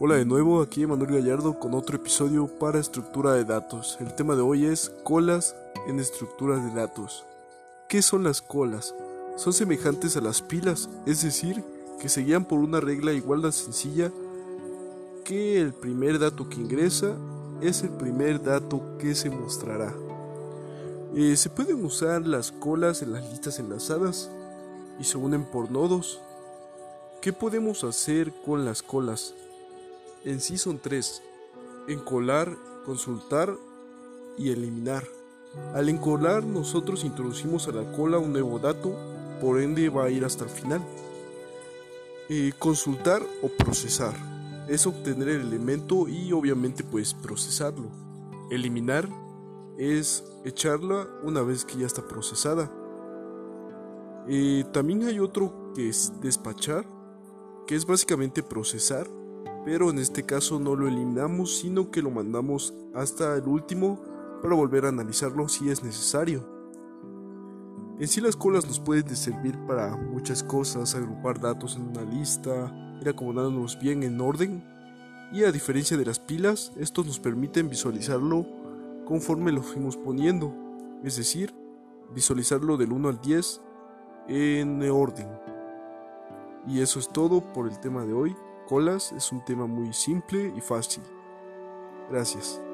Hola de nuevo, aquí Manuel Gallardo con otro episodio para estructura de datos. El tema de hoy es colas en estructuras de datos. ¿Qué son las colas? Son semejantes a las pilas, es decir, que se guían por una regla igual de sencilla que el primer dato que ingresa es el primer dato que se mostrará. Se pueden usar las colas en las listas enlazadas y se unen por nodos. ¿Qué podemos hacer con las colas? En sí son tres: encolar, consultar y eliminar. Al encolar nosotros introducimos a la cola un nuevo dato, por ende va a ir hasta el final. Consultar o procesar es obtener el elemento y obviamente procesarlo. Eliminar es echarla una vez que ya está procesada. También hay otro que es despachar, que es básicamente procesar, pero en este caso no lo eliminamos, sino que lo mandamos hasta el último para volver a analizarlo si es necesario. En sí las colas nos pueden servir para muchas cosas: agrupar datos en una lista, ir acomodándolos bien en orden, y a diferencia de las pilas, estos nos permiten visualizarlo conforme lo fuimos poniendo, es decir, visualizarlo del 1 al 10 en orden. Y eso es todo por el tema de hoy. Colas es un tema muy simple y fácil. Gracias.